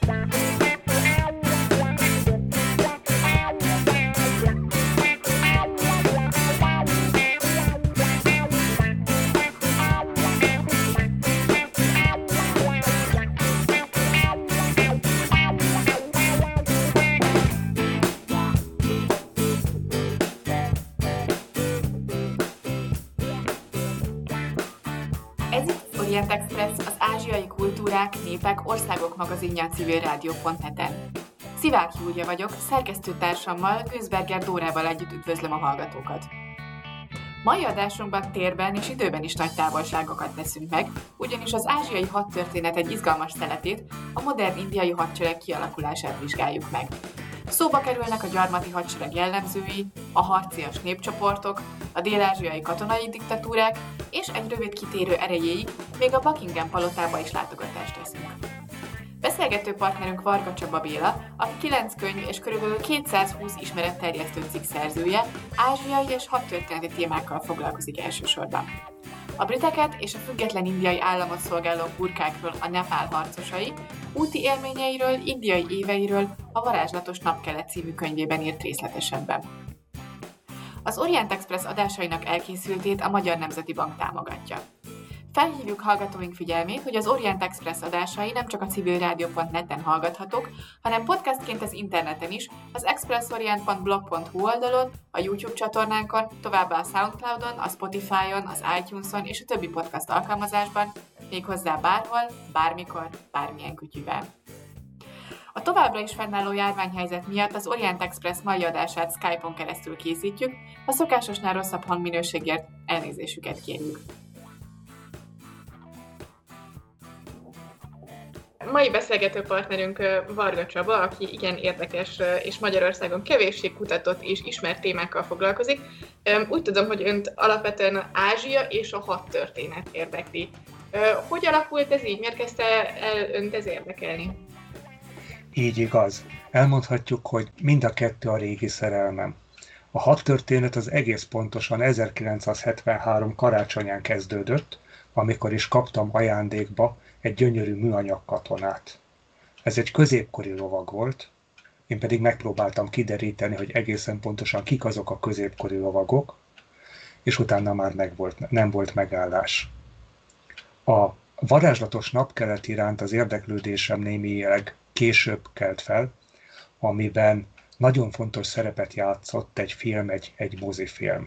Orient Express, az ázsiai kultúrák, népek, országok magazinja a civilrádió.net-en. Szivák Júlia vagyok, szerkesztőtársammal, Gőzberger Dórával együtt üdvözlöm a hallgatókat. Mai adásunkban térben és időben is nagy távolságokat teszünk meg, ugyanis az ázsiai hadtörténet egy izgalmas szeletét, a modern indiai hadsereg kialakulását vizsgáljuk meg. Szóba kerülnek a gyarmati hadsereg jellemzői, a harcias népcsoportok, a dél-ázsiai katonai diktatúrák, és egy rövid kitérő erejéig még a Buckingham palotába is látogatást teszünk. Beszélgető partnerünk Varga Csaba Béla, aki 9 könyv és körülbelül 220 ismeretterjesztő cikk szerzője, ázsiai és hadtörténeti témákkal foglalkozik elsősorban. A briteket és a független indiai államot szolgáló gurkákról, a Nepál harcosai, úti élményeiről, indiai éveiről a Varázslatos Napkelet című könyvében írt részletesebben. Az Orient Express adásainak elkészültét a Magyar Nemzeti Bank támogatja. Felhívjuk hallgatóink figyelmét, hogy az Orient Express adásai nem csak a civilrádió.net-en hallgathatók, hanem podcastként az interneten is, az expressorient.blog.hu oldalon, a YouTube csatornánkon, továbbá a Soundcloudon, a Spotify-on, az iTunes-on és a többi podcast alkalmazásban, méghozzá bárhol, bármikor, bármilyen kütyüvel. A továbbra is fennálló járványhelyzet miatt az Orient Express mai adását Skype-on keresztül készítjük, a szokásosnál rosszabb hangminőségért elnézésüket kérjük. Mai beszélgető partnerünk Varga Csaba, aki igen érdekes és Magyarországon kevéssé kutatott és ismert témákkal foglalkozik. Úgy tudom, hogy önt alapvetően Ázsia és a hadtörténet érdekli. Hogy alakult ez így? Miért kezdte el önt ez érdekelni? Így igaz. Elmondhatjuk, hogy mind a kettő a régi szerelmem. A hadtörténet az egész pontosan 1973 karácsonyán kezdődött, amikor is kaptam ajándékba egy gyönyörű műanyag katonát. Ez egy középkori lovag volt, én pedig megpróbáltam kideríteni, hogy egészen pontosan kik azok a középkori lovagok, és utána már nem volt megállás. A Varázslatos Napkelet iránt az érdeklődésem némileg később kelt fel, amiben nagyon fontos szerepet játszott egy film, egy mozifilm.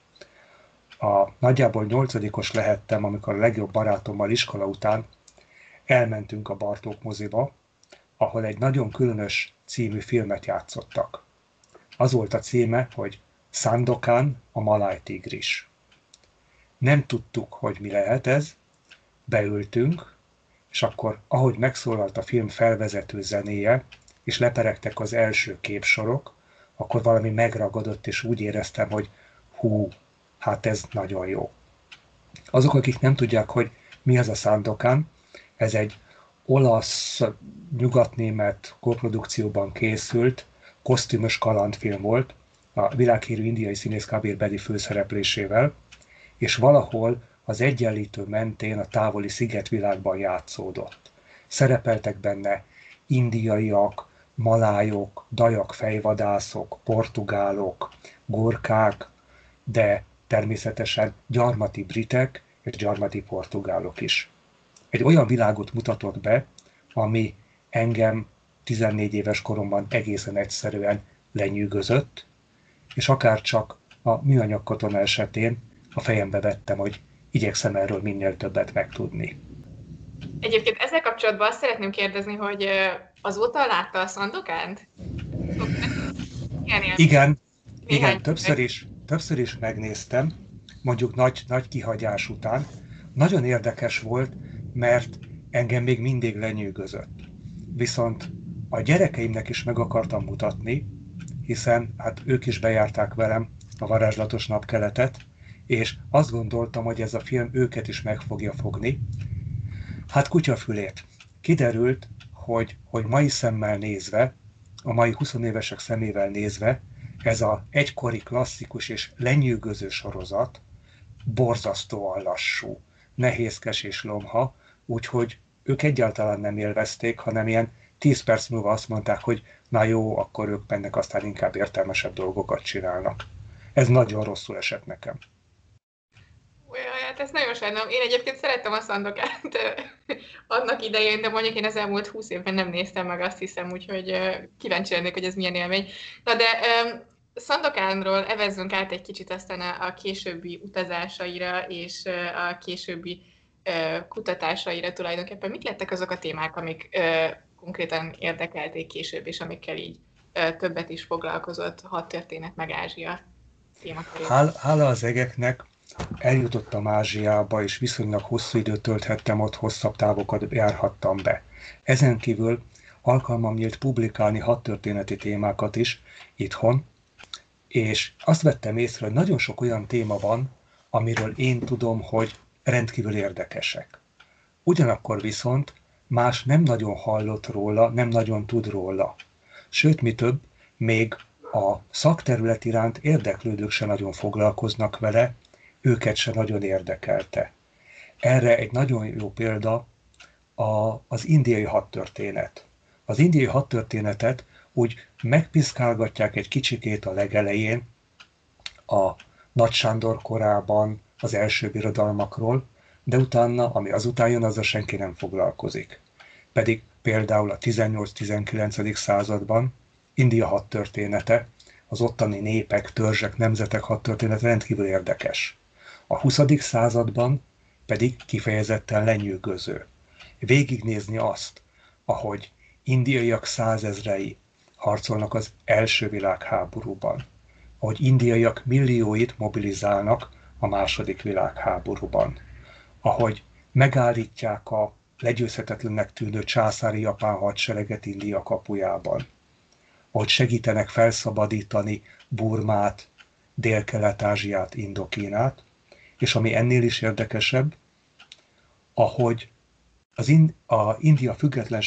Nagyjából 8-os lehettem, amikor a legjobb barátommal iskola után elmentünk a Bartók moziba, ahol egy nagyon különös című filmet játszottak. Az volt a címe, hogy Sandokan, a maláj tigris. Nem tudtuk, hogy mi lehet ez, beültünk, és akkor, ahogy megszólalt a film felvezető zenéje, és leperegtek az első képsorok, akkor valami megragadott, és úgy éreztem, hogy hát ez nagyon jó. Azok, akik nem tudják, hogy mi az a Sandokan, ez egy olasz, nyugatnémet koprodukcióban készült, kosztümös kalandfilm volt, a világhírű indiai színész Kabir Bedi főszereplésével, és valahol az Egyenlítő mentén a távoli szigetvilágban játszódott. Szerepeltek benne indiaiak, malájok, dajak fejvadászok, portugálok, gurkák, de természetesen gyarmati britek és gyarmati portugálok is. Egy olyan világot mutatott be, ami engem 14 éves koromban egészen egyszerűen lenyűgözött, és akárcsak a műanyag katona esetén a fejembe vettem, hogy igyekszem erről minél többet megtudni. Egyébként ezzel kapcsolatban azt szeretném kérdezni, hogy azóta látta a Sandokánt? Igen, többször is megnéztem, mondjuk nagy kihagyás után. Nagyon érdekes volt, mert engem még mindig lenyűgözött. Viszont a gyerekeimnek is meg akartam mutatni, hiszen hát ők is bejárták velem a Varázslatos Napkeletet, és azt gondoltam, hogy ez a film őket is meg fogja fogni. Hát kutyafülét. Kiderült, hogy mai szemmel nézve, a mai 20 évesek szemével nézve, ez a egykori klasszikus és lenyűgöző sorozat borzasztóan lassú, nehézkes és lomha, úgyhogy ők egyáltalán nem élvezték, hanem ilyen 10 perc múlva azt mondták, hogy na jó, akkor ők mennek, aztán inkább értelmesebb dolgokat csinálnak. Ez nagyon rosszul esett nekem. Hát ezt nagyon sajnálom. Én egyébként szerettem a Szandokánt annak idején, de mondjuk én az elmúlt 20 évben nem néztem meg, azt hiszem, úgyhogy kíváncsi lennék, hogy ez milyen élmény. Na de Szandokánról evezzünk át egy kicsit aztán a későbbi utazásaira és a későbbi kutatásaira tulajdonképpen. Mit lettek azok a témák, amik konkrétan érdekelték később, és amikkel így többet is foglalkozott hadtörténet meg Ázsia témakörében? Hála az egeknek eljutottam Ázsiába, és viszonylag hosszú időt tölthettem ott, hosszabb távokat járhattam be. Ezen kívül alkalmam nyílt publikálni hadtörténeti témákat is itthon, és azt vettem észre, hogy nagyon sok olyan téma van, amiről én tudom, hogy rendkívül érdekesek. Ugyanakkor viszont más nem nagyon hallott róla, nem nagyon tud róla. Sőt, mi több, még a szakterület iránt érdeklődők se nagyon foglalkoznak vele, őket se nagyon érdekelte. Erre egy nagyon jó példa az indiai hadtörténet. Az indiai hadtörténetet úgy megpiszkálgatják egy kicsikét a legelején, a Nagy Sándor korában, az első birodalmakról, de utána, ami azután jön, azzal senki nem foglalkozik. Pedig például a 18-19. Században India hadtörténete, az ottani népek, törzsek, nemzetek hadtörténete rendkívül érdekes. A 20. században pedig kifejezetten lenyűgöző. Végignézni azt, ahogy indiaiak százezrei harcolnak az első világháborúban, ahogy indiaiak millióit mobilizálnak a második világháborúban, ahogy megállítják a legyőzhetetlennek tűnő császári japán hadsereget India kapujában, ahogy segítenek felszabadítani Burmát, Dél-Kelet-Ázsiát, Indokínát, és ami ennél is érdekesebb, ahogy a India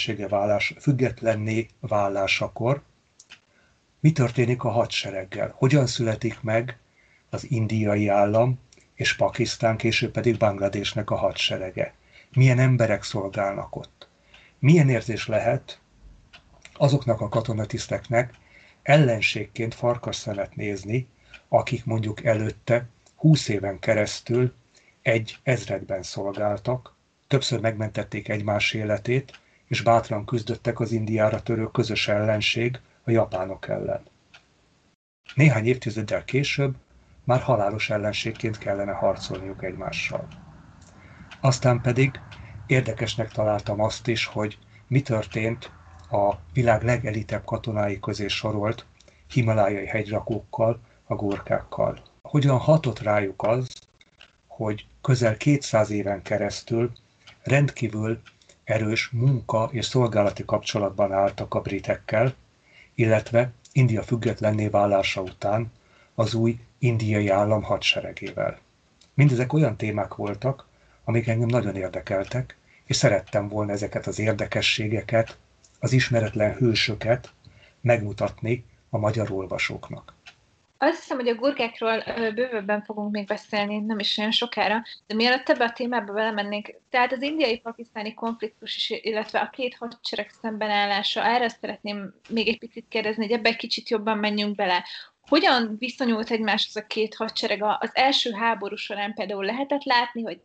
függetlenné válásakor mi történik a hadsereggel, hogyan születik meg az indiai állam és Pakisztán, később pedig Bangladesnek a hadserege. Milyen emberek szolgálnak ott. Milyen érzés lehet azoknak a katonatiszteknek ellenségként farkasszemet nézni, akik mondjuk előtte 20 éven keresztül egy ezredben szolgáltak, többször megmentették egymás életét, és bátran küzdöttek az Indiára törő közös ellenség, a japánok ellen. Néhány évtizeddel később már halálos ellenségként kellene harcolniuk egymással. Aztán pedig érdekesnek találtam azt is, hogy mi történt a világ legelitebb katonái közé sorolt himalájai hegyrakókkal, a gurkákkal. Hogyan hatott rájuk az, hogy közel 200 éven keresztül rendkívül erős munka és szolgálati kapcsolatban álltak a britekkel, illetve India függetlenné válása után az új indiai állam hadseregével. Mindezek olyan témák voltak, amik engem nagyon érdekeltek, és szerettem volna ezeket az érdekességeket, az ismeretlen hősöket megmutatni a magyar olvasóknak. Azt hiszem, hogy a gurkákról bővebben fogunk még beszélni, nem is olyan sokára, de mielőtt ebbe a témába belemennénk, tehát az indiai-pakisztáni konfliktus is, illetve a két hadsereg szembenállása, erre szeretném még egy picit kérdezni, hogy ebbe egy kicsit jobban menjünk bele. Hogyan viszonyult egymáshoz a két hadsereg? Az első háború során például lehetett látni, hogy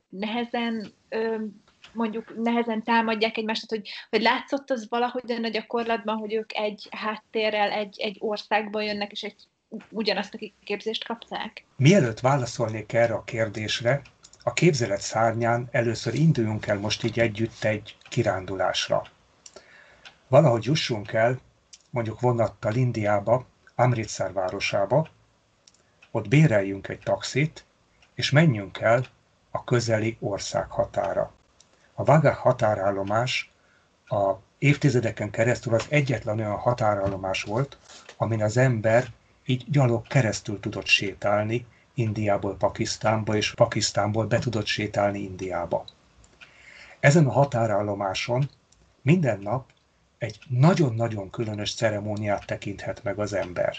nehezen támadják egymást, hogy látszott az valahogyan a gyakorlatban, hogy ők egy háttérrel, egy országból jönnek, és ugyanazt a kiképzést kapták? Mielőtt válaszolnék erre a kérdésre, a képzelet szárnyán először induljunk el most így együtt egy kirándulásra. Valahogy jussunk el, mondjuk vonattal Indiába, Amritsar városába, ott béreljünk egy taxit, és menjünk el a közeli ország határa. A Wagah határállomás a évtizedeken keresztül az egyetlen olyan határállomás volt, amin az ember így gyalog keresztül tudott sétálni Indiából Pakisztánba, és Pakisztánból be tudott sétálni Indiába. Ezen a határállomáson minden nap egy nagyon-nagyon különös ceremóniát tekinthet meg az ember.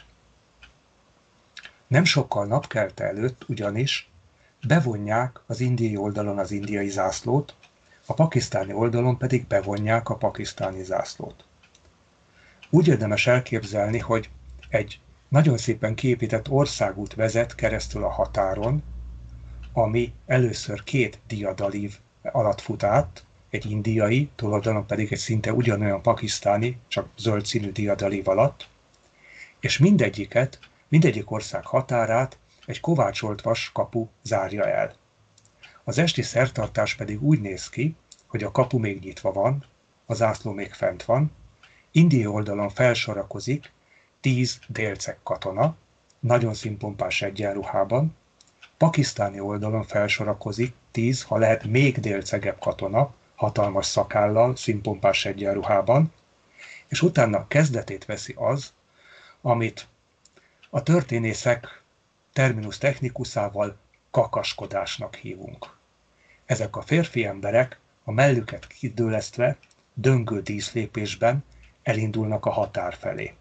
Nem sokkal napkelte előtt ugyanis bevonják az indiai oldalon az indiai zászlót, a pakisztáni oldalon pedig bevonják a pakisztáni zászlót. Úgy érdemes elképzelni, hogy egy nagyon szépen kiépített országút vezet keresztül a határon, ami először 2 diadalív alatt fut át, egy indiai, túloldalon pedig egy szinte ugyanolyan pakisztáni, csak zöld színű diadalív alatt, és mindegyik ország határát egy kovácsolt vas kapu zárja el. Az esti szertartás pedig úgy néz ki, hogy a kapu még nyitva van, a zászló még fent van, indiai oldalon felsorakozik 10 délceg katona, nagyon színpompás egyenruhában, pakisztáni oldalon felsorakozik 10, ha lehet még délcegebb katona, hatalmas szakállal, színpompás egyenruhában, és utána kezdetét veszi az, amit a történészek terminus technicusával kakaskodásnak hívunk. Ezek a férfi emberek a mellüket kidőlesztve, döngő díszlépésben elindulnak a határ felé.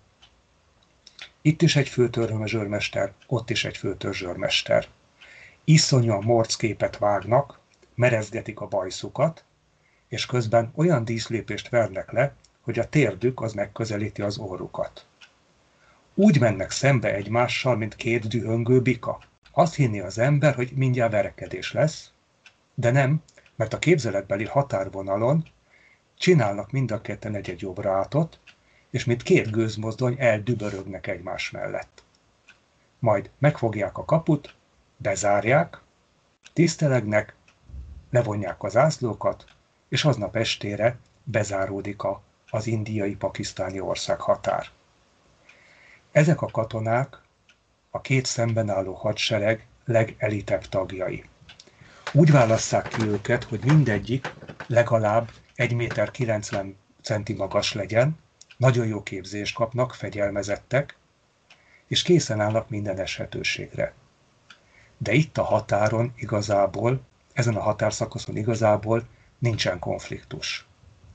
Itt is egy főtörzsőrmester, ott is egy főtörzsőrmester. Iszonyúan morcképet vágnak, merezgetik a bajszukat, és közben olyan díszlépést vernek le, hogy a térdük az megközelíti az orrukat. Úgy mennek szembe egymással, mint 2 dühöngő bika. Azt hinni az ember, hogy mindjárt verekedés lesz, de nem, mert a képzeletbeli határvonalon csinálnak mind a ketten egy jobbrátot, és mint 2 gőzmozdony eldübörögnek egymás mellett. Majd megfogják a kaput, bezárják, tisztelegnek, levonják az zászlókat, és aznap estére bezáródik az indiai-pakisztáni ország határ. Ezek a katonák a 2 szemben álló hadsereg legelitebb tagjai. Úgy válasszák ki őket, hogy mindegyik legalább 1,90 m magas legyen, nagyon jó képzést kapnak, fegyelmezettek, és készen állnak minden eshetőségre. De itt a határon igazából, ezen a határszakaszon igazából nincsen konfliktus.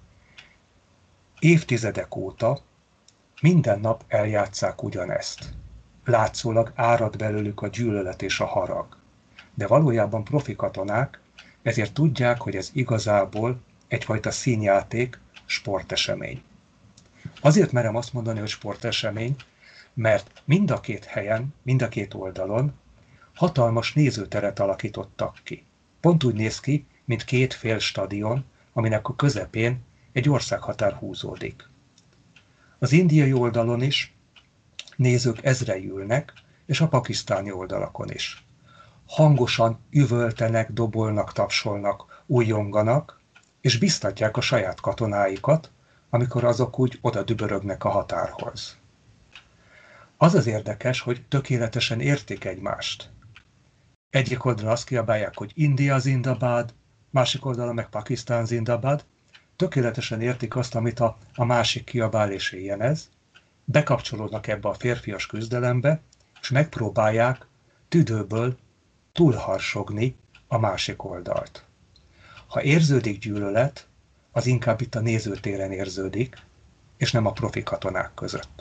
Évtizedek óta minden nap eljátsszák ugyanezt. Látszólag árad belőlük a gyűlölet és a harag. De valójában profi katonák, ezért tudják, hogy ez igazából egyfajta színjáték, sportesemény. Azért merem azt mondani, hogy sportesemény, mert mind a 2 helyen, mind a 2 oldalon hatalmas nézőteret alakítottak ki. Pont úgy néz ki, mint 2 fél stadion, aminek a közepén egy országhatár húzódik. Az indiai oldalon is nézők ezrei ülnek, és a pakisztáni oldalakon is. Hangosan üvöltenek, dobolnak, tapsolnak, újjonganak, és biztatják a saját katonáikat, amikor azok úgy oda dübörögnek a határhoz. Az az érdekes, hogy tökéletesen értik egymást. Egyik oldalon azt kiabálják, hogy India Zindabad, másik oldalon meg Pakisztán Zindabad, tökéletesen értik azt, amit a másik kiabál és éjjenez, bekapcsolódnak ebbe a férfias küzdelembe, és megpróbálják tüdőből túlharsogni a másik oldalt. Ha érződik gyűlölet, az inkább itt a nézőtéren érződik, és nem a profi katonák között.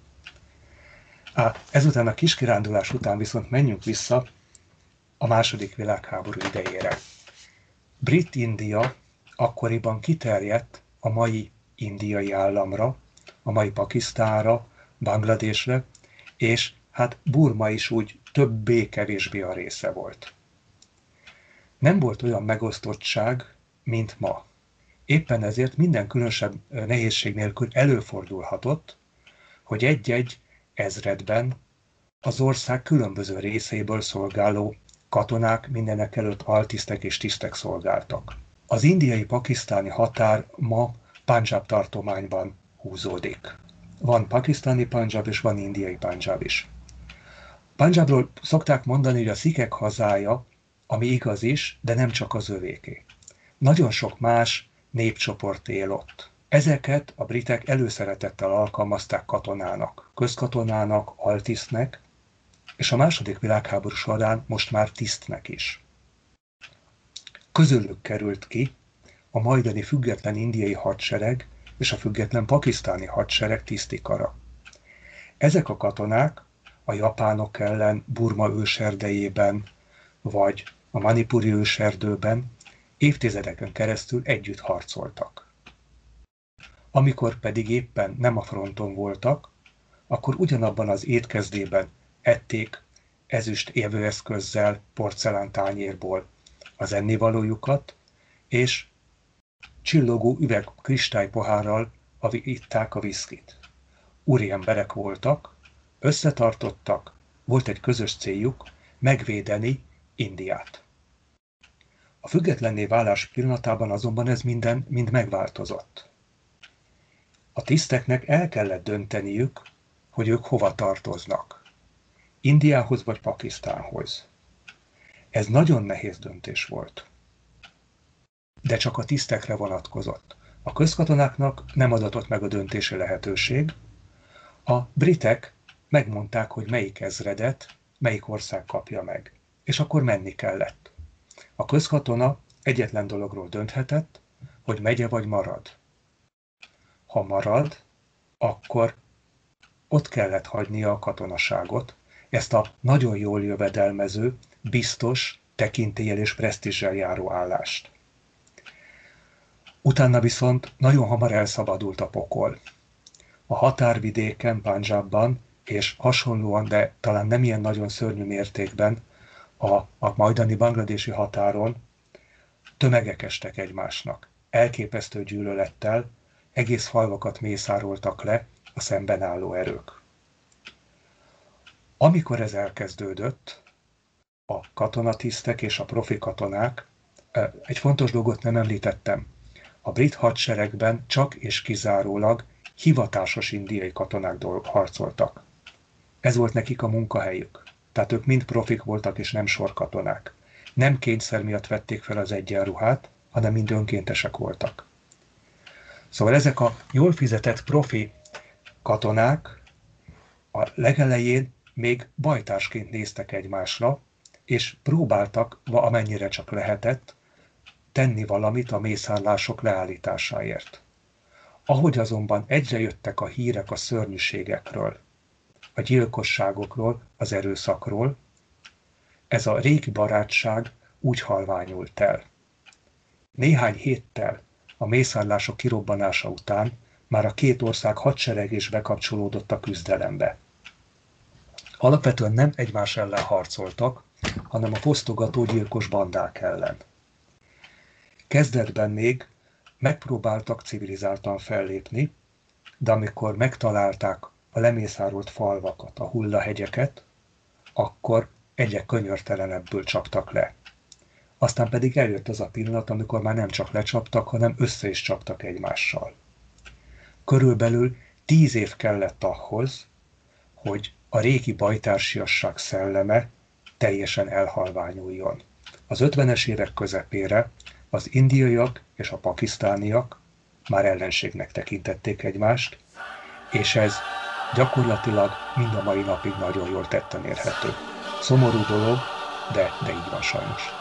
Ezután a kiskirándulás után viszont menjünk vissza a II. Világháború idejére. Brit-India akkoriban kiterjedt a mai indiai államra, a mai Pakisztánra, Bangladesre, és hát Burma is úgy többé-kevésbé a része volt. Nem volt olyan megosztottság, mint ma. Éppen ezért minden különösebb nehézség nélkül előfordulhatott, hogy egy-egy ezredben az ország különböző részeiből szolgáló katonák mindenekelőtt altisztek és tisztek szolgáltak. Az indiai-pakisztáni határ ma Pandzsáb tartományban húzódik. Van pakisztáni Pandzsáb és van indiai Pandzsáb is. Pandzsábról szokták mondani, hogy a szikek hazája, ami igaz is, de nem csak az övéké. Nagyon sok más népcsoport él ott. Ezeket a britek előszeretettel alkalmazták katonának, közkatonának, altisztnek, és a II. Világháború során most már tisztnek is. Közülük került ki a majdani független indiai hadsereg és a független pakisztáni hadsereg tisztikara. Ezek a katonák a japánok ellen Burma őserdejében vagy a manipuri őserdőben évtizedeken keresztül együtt harcoltak. Amikor pedig éppen nem a fronton voltak, akkor ugyanabban az étkezdében ették ezüst évőeszközzel, porcelántányérból az ennivalójukat, és csillogó üveg kristálypohárral itták a viszkit. Úri emberek voltak, összetartottak, volt egy közös céljuk, megvédeni Indiát. A függetlenné válás pillanatában azonban ez mind megváltozott. A tiszteknek el kellett dönteniük, hogy ők hova tartoznak. Indiához vagy Pakisztánhoz. Ez nagyon nehéz döntés volt. De csak a tisztekre vonatkozott. A közkatonáknak nem adatott meg a döntési lehetőség. A britek megmondták, hogy melyik ezredet, melyik ország kapja meg. És akkor menni kellett. A közkatona egyetlen dologról dönthetett, hogy megye vagy marad. Ha marad, akkor ott kellett hagynia a katonaságot, ezt a nagyon jól jövedelmező, biztos, tekintéllyel és presztízsel járó állást. Utána viszont nagyon hamar elszabadult a pokol. A határvidéken, Panjabban és hasonlóan, de talán nem ilyen nagyon szörnyű mértékben, a majdani bangladesi határon tömegek estek egymásnak. Elképesztő gyűlölettel egész falvakat mészároltak le a szemben álló erők. Amikor ez elkezdődött, a katonatisztek és a profi katonák, egy fontos dolgot nem említettem, a brit hadseregben csak és kizárólag hivatásos indiai katonák harcoltak. Ez volt nekik a munkahelyük. Tehát ők mind profik voltak és nem sorkatonák. Nem kényszer miatt vették fel az egyenruhát, hanem mind önkéntesek voltak. Szóval ezek a jól fizetett profi katonák a legelején még bajtársként néztek egymásra, és próbáltak, amennyire csak lehetett, tenni valamit a mészárlások leállításáért. Ahogy azonban egyre jöttek a hírek a szörnyűségekről, a gyilkosságokról, az erőszakról, ez a régi barátság úgy halványult el. Néhány héttel a mészárlások kirobbanása után már a két ország hadsereg is bekapcsolódott a küzdelembe. Alapvetően nem egymás ellen harcoltak, hanem a fosztogató gyilkos bandák ellen. Kezdetben még megpróbáltak civilizáltan fellépni, de amikor megtalálták a lemészárolt falvakat, a hullahegyeket, akkor egyre könyörtelenebből csaptak le. Aztán pedig eljött az a pillanat, amikor már nem csak lecsaptak, hanem össze is csaptak egymással. Körülbelül 10 év kellett ahhoz, hogy a régi bajtársiasság szelleme teljesen elhalványuljon. Az 50-es évek közepére az indiaiak és a pakisztániak már ellenségnek tekintették egymást, és ez gyakorlatilag mind a mai napig nagyon jól tetten érhető. Szomorú dolog, de így van sajnos.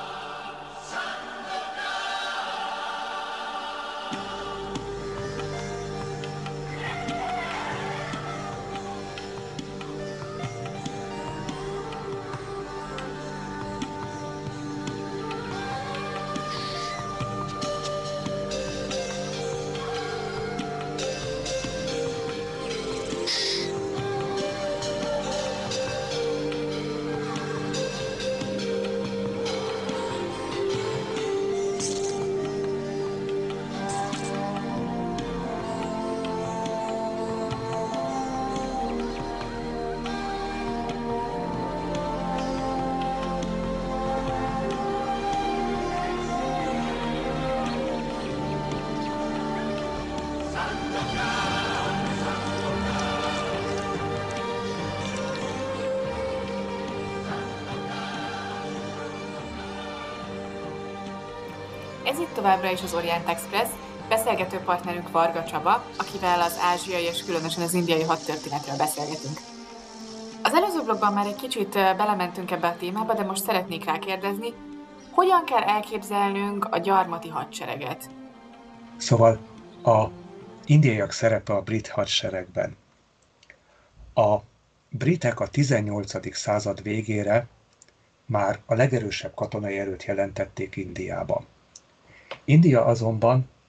Ez itt továbbra is az Orient Express, beszélgető partnerünk Varga Csaba, akivel az ázsiai és különösen az indiai hadtörténetről beszélgetünk. Az előző blogban már egy kicsit belementünk ebbe a témába, de most szeretnék rákérdezni, hogyan kell elképzelnünk a gyarmati hadsereget? Szóval a indiaiak szerepe a brit hadseregben. A britek a 18. század végére már a legerősebb katonai erőt jelentették Indiában. India azonban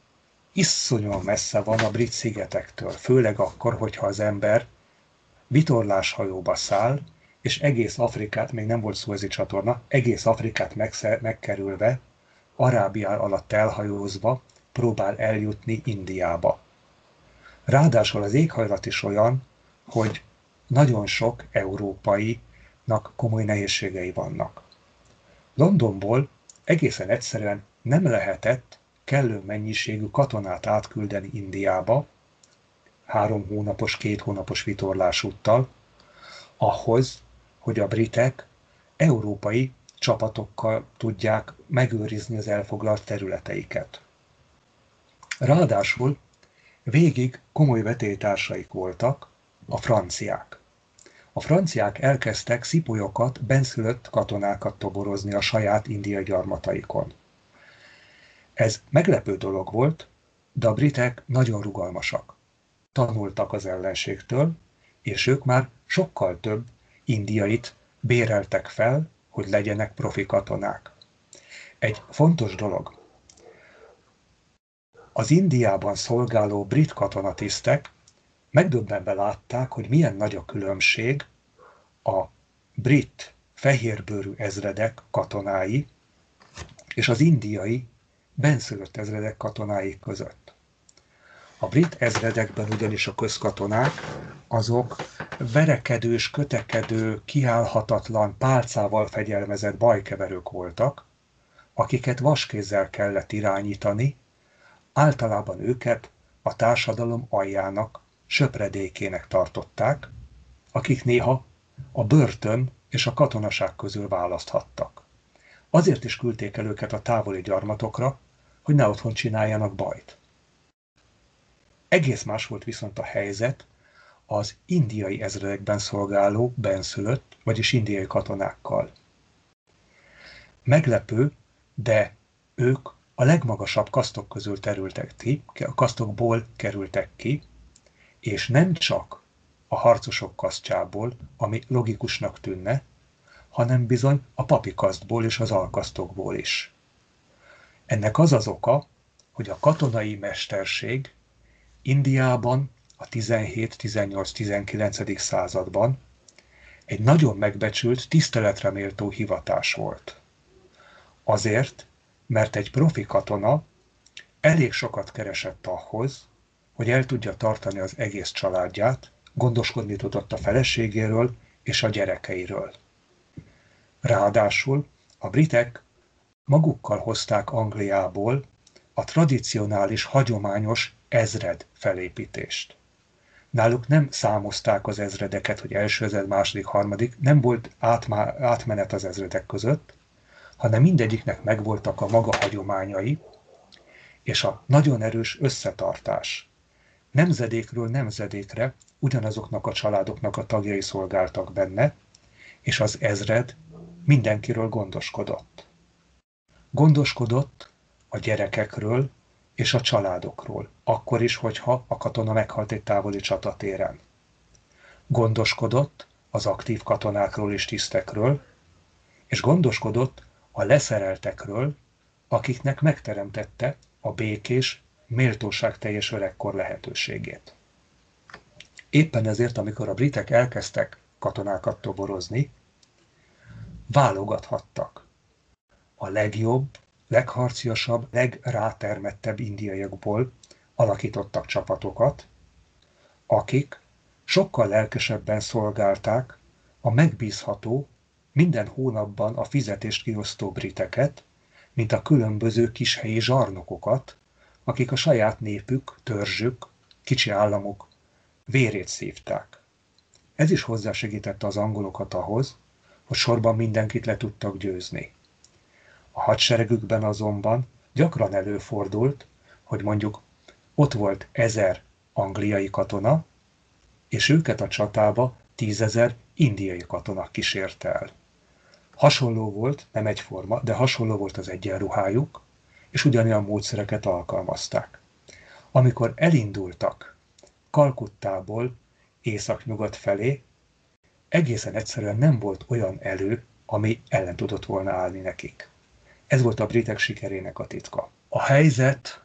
iszonyúan messze van a brit szigetektől, főleg akkor, hogyha az ember vitorláshajóba száll, és egész Afrikát, még nem volt Szuezi csatorna, egész Afrikát megkerülve, Arábia alatt elhajózva próbál eljutni Indiába. Ráadásul az éghajlat is olyan, hogy nagyon sok európainak komoly nehézségei vannak. Londonból egészen egyszerűen nem lehetett kellő mennyiségű katonát átküldeni Indiába, 3 hónapos, 2 hónapos vitorlásúttal, ahhoz, hogy a britek európai csapatokkal tudják megőrizni az elfoglalt területeiket. Ráadásul végig komoly vetélytársaik voltak a franciák. A franciák elkezdtek szipolyokat, bennszülött katonákat toborozni a saját indiai gyarmataikon. Ez meglepő dolog volt, de a britek nagyon rugalmasak. Tanultak az ellenségtől, és ők már sokkal több indiait béreltek fel, hogy legyenek profi katonák. Egy fontos dolog. Az Indiában szolgáló brit katonatisztek megdöbbenve látták, hogy milyen nagy a különbség a brit fehérbőrű ezredek katonái és az indiai bennszülött ezredek katonái között. A brit ezredekben ugyanis a közkatonák azok verekedős, kötekedő, kiállhatatlan, pálcával fegyelmezett bajkeverők voltak, akiket vaskézzel kellett irányítani, általában őket a társadalom aljának, söpredékének tartották, akik néha a börtön és a katonaság közül választhattak. Azért is küldték el őket a távoli gyarmatokra, hogy ne otthon csináljanak bajt. Egész más volt viszont a helyzet az indiai ezredekben szolgáló bennszülött, vagyis indiai katonákkal. Meglepő, de ők a legmagasabb kasztok közül kasztokból kerültek ki, és nem csak a harcosok kasztjából, ami logikusnak tűnne, hanem bizony a papi kasztból és az alkasztokból is. Ennek az az oka, hogy a katonai mesterség Indiában a 17-18-19. században egy nagyon megbecsült, tiszteletre méltó hivatás volt. Azért, mert egy profi katona elég sokat keresett ahhoz, hogy el tudja tartani az egész családját, gondoskodni tudott a feleségéről és a gyerekeiről. Ráadásul a britek magukkal hozták Angliából a tradicionális, hagyományos ezred felépítést. Náluk nem számozták az ezredeket, hogy első ezred, második, harmadik, nem volt átmenet az ezredek között, hanem mindegyiknek megvoltak a maga hagyományai, és a nagyon erős összetartás. Nemzedékről nemzedékre ugyanazoknak a családoknak a tagjai szolgáltak benne, és az ezred mindenkiről gondoskodott. Gondoskodott a gyerekekről és a családokról, akkor is, hogyha a katona meghalt egy távoli csatatéren. Gondoskodott az aktív katonákról és tisztekről, és gondoskodott a leszereltekről, akiknek megteremtette a békés, méltóságteljes öregkor lehetőségét. Éppen ezért, amikor a britek elkezdtek katonákat toborozni, válogathattak. A legjobb, legharciasabb, legrátermettebb indiaiakból alakítottak csapatokat, akik sokkal lelkesebben szolgálták a megbízható, minden hónapban a fizetést kiosztó briteket, mint a különböző kishelyi zsarnokokat, akik a saját népük, törzsük, kicsi államuk vérét szívták. Ez is hozzásegítette az angolokat ahhoz, hogy sorban mindenkit le tudtak győzni. A hadseregükben azonban gyakran előfordult, hogy mondjuk ott volt 1000 angliai katona, és őket a csatába 10 000 indiai katona kísérte el. Hasonló volt, nem egyforma, de hasonló volt az egyenruhájuk, és ugyanolyan módszereket alkalmazták. Amikor elindultak Kalkuttából északnyugat felé, egészen egyszerűen nem volt olyan elő, ami ellen tudott volna állni nekik. Ez volt a britek sikerének a titka. A helyzet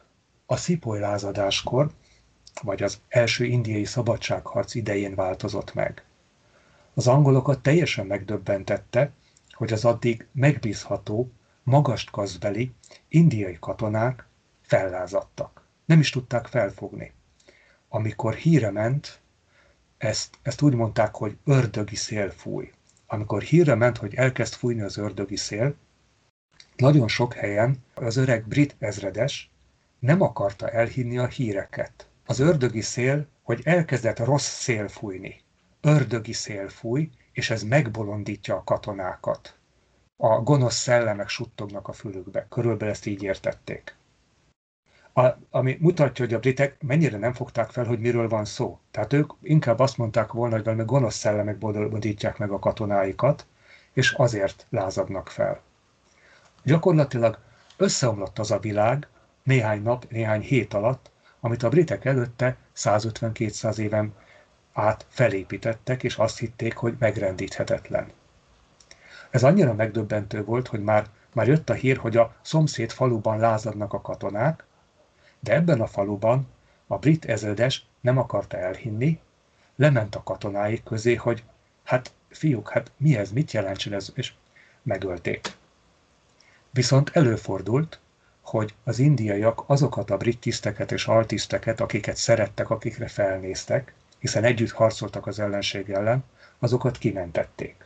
A Szipoly lázadáskor, vagy az első indiai szabadságharc idején változott meg. Az angolokat teljesen megdöbbentette, hogy az addig megbízható, magast-kaszbeli indiai katonák fellázadtak. Nem is tudták felfogni. Amikor híre ment, ezt úgy mondták, hogy ördögi szél fúj. Amikor híre ment, hogy elkezd fújni az ördögi szél, nagyon sok helyen az öreg brit ezredes nem akarta elhinni a híreket. Az ördögi szél, hogy elkezdett rossz szél fújni. Ördögi szél fúj, és ez megbolondítja a katonákat. A gonosz szellemek suttognak a fülükbe. Körülbelül ezt így értették. Ami mutatja, hogy a britek mennyire nem fogták fel, hogy miről van szó. Tehát ők inkább azt mondták volna, hogy valami gonosz szellemek bolondítják meg a katonáikat, és azért lázadnak fel. Gyakorlatilag összeomlott az a világ néhány nap, néhány hét alatt, amit a britek előtte 150-200 éven át felépítettek, és azt hitték, hogy megrendíthetetlen. Ez annyira megdöbbentő volt, hogy már jött a hír, hogy a szomszéd faluban lázadnak a katonák, de ebben a faluban a brit ezredes nem akarta elhinni, lement a katonáik közé, hogy hát fiúk, hát mi ez, mit jelentsen ez, és megölték. Viszont előfordult, hogy az indiaiak azokat a brit tiszteket és altiszteket, akiket szerettek, akikre felnéztek, hiszen együtt harcoltak az ellenség ellen, azokat kimentették.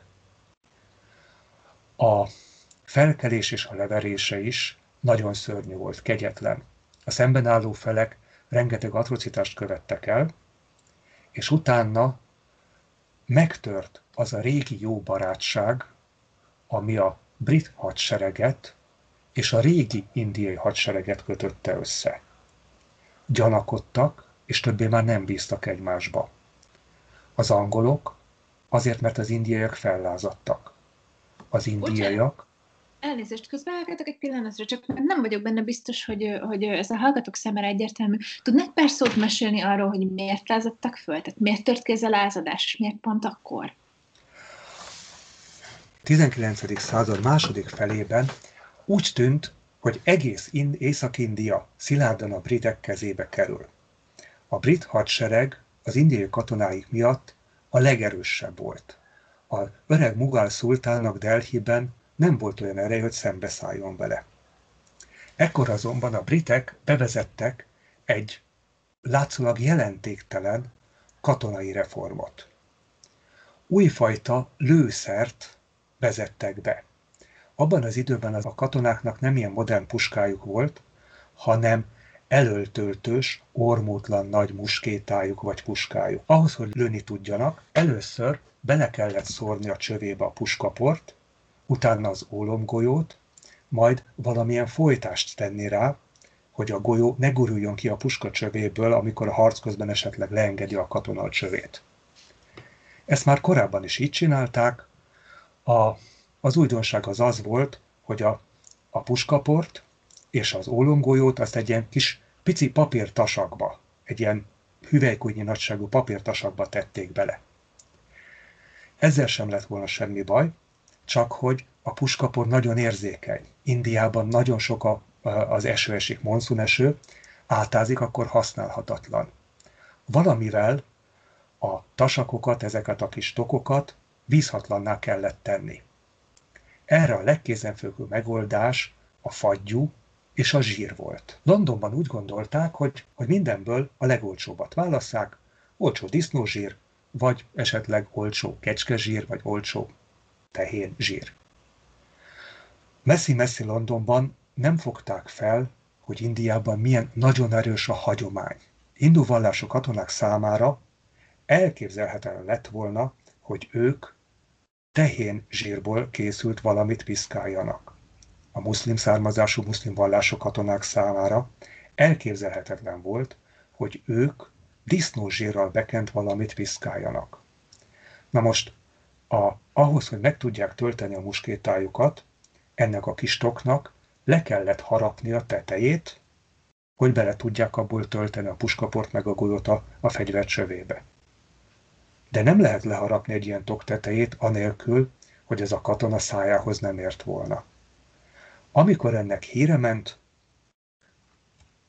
A felkelés és a leverése is nagyon szörnyű volt, kegyetlen. A szemben álló felek rengeteg atrocitást követtek el, és utána megtört az a régi jó barátság, ami a brit hadsereget és a régi indiai hadsereget kötötte össze. Gyanakodtak, és többé már nem bíztak egymásba. Az angolok azért, mert az indiaiak fellázadtak. Az indiaiak... Elnézést, közbeállgatok egy pillanatra, csak nem vagyok benne biztos, hogy ez a hallgatók számára egyértelmű. Tudnak pár szót mesélni arról, hogy miért lázadtak föl? Tehát miért tört ki ez a lázadás, és miért pont akkor? 19. század második felében úgy tűnt, hogy egész Észak-India szilárdan a britek kezébe kerül. A brit hadsereg az indiai katonáik miatt a legerősebb volt. Az öreg Mughal szultánnak Delhiben nem volt olyan ereje, hogy szembeszálljon vele. Ekkor azonban a britek bevezettek egy látszólag jelentéktelen katonai reformot. Újfajta lőszert vezettek be. Abban az időben a katonáknak nem ilyen modern puskájuk volt, hanem elöltöltős, ormótlan nagy muskétájuk vagy puskájuk. Ahhoz, hogy lőni tudjanak, először bele kellett szórni a csövébe a puskaport, utána az ólomgolyót, majd valamilyen folytást tenni rá, hogy a golyó ne guruljon ki a puska csövéből, amikor a harc közben esetleg leengedi a katona a csövét. Ezt már korábban is így csinálták. Az újdonság az volt, hogy a puskaport és az ólomgolyót azt egy ilyen kis pici papírtasakba, egy ilyen hüvelykújnyi nagyságú papírtasakba tették bele. Ezzel sem lett volna semmi baj, csak hogy a puskapor nagyon érzékeny. Indiában nagyon sok az eső esik, monszuneső, átázik, akkor használhatatlan. Valamivel a tasakokat, ezeket a kis tokokat vízhatlanná kellett tenni. Erre a legkézenfekvőbb megoldás a fagyú és a zsír volt. Londonban úgy gondolták, hogy mindenből a legolcsóbbat válasszák, olcsó disznózsír, vagy esetleg olcsó kecskezsír, vagy olcsó tehén zsír. Messzi-messzi Londonban nem fogták fel, hogy Indiában milyen nagyon erős a hagyomány. Hindu vallású katonák számára elképzelhetetlen lett volna, hogy ők tehén zsírból készült valamit piszkáljanak. A muszlim származású muszlim vallású katonák számára elképzelhetetlen volt, hogy ők disznózsírral bekent valamit piszkáljanak. Na most, ahhoz, hogy meg tudják tölteni a muskétájukat, ennek a kis toknak le kellett harapni a tetejét, hogy bele tudják abból tölteni a puskaport meg a golyót a fegyver csövébe. De nem lehet leharapni egy ilyen tok tetejét anélkül, hogy ez a katona szájához nem ért volna. Amikor ennek híre ment,